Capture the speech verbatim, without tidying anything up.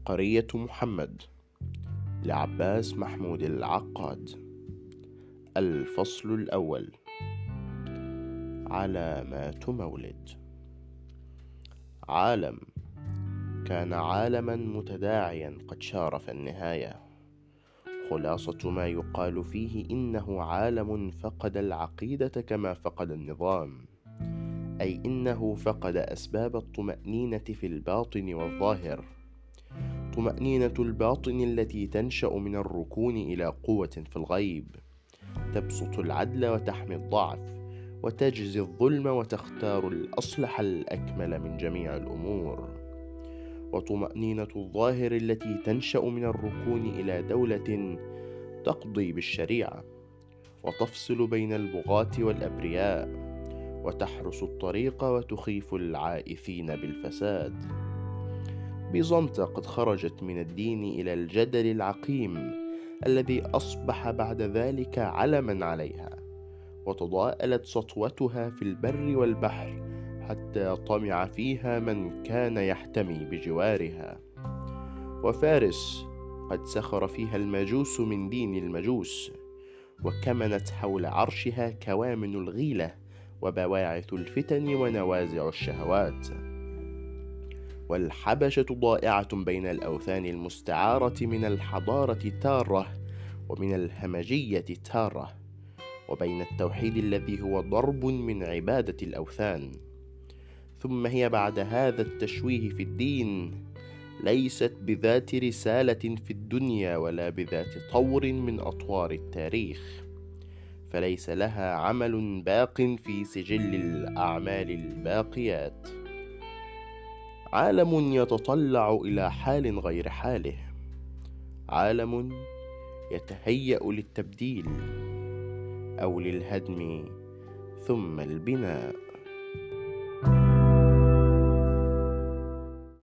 عبقرية محمد لعباس محمود العقاد. الفصل الأول: علامات مولد. عالم كان عالما متداعيا قد شارف النهاية. خلاصة ما يقال فيه إنه عالم فقد العقيدة كما فقد النظام، أي إنه فقد أسباب الطمأنينة في الباطن والظاهر. طمأنينة الباطن التي تنشأ من الركون إلى قوة في الغيب، تبسط العدل وتحمي الضعف، وتجزي الظلم وتختار الأصلح الأكمل من جميع الأمور. وطمأنينة الظاهر التي تنشأ من الركون إلى دولة تقضي بالشريعة، وتفصل بين البغاة والأبرياء، وتحرس الطريق وتخيف العائثين بالفساد. بيزنطة قد خرجت من الدين إلى الجدل العقيم الذي أصبح بعد ذلك علما عليها، وتضاءلت سطوتها في البر والبحر حتى طمع فيها من كان يحتمي بجوارها. وفارس قد سخر فيها المجوس من دين المجوس، وكمنت حول عرشها كوامن الغيلة وبواعث الفتن ونوازع الشهوات. والحبشة ضائعة بين الأوثان المستعارة من الحضارة تارة ومن الهمجية تارة، وبين التوحيد الذي هو ضرب من عبادة الأوثان. ثم هي بعد هذا التشويه في الدين ليست بذات رسالة في الدنيا ولا بذات طور من أطوار التاريخ، فليس لها عمل باق في سجل الأعمال الباقيات. عالم يتطلع إلى حال غير حاله، عالم يتهيأ للتبديل أو للهدم ثم البناء.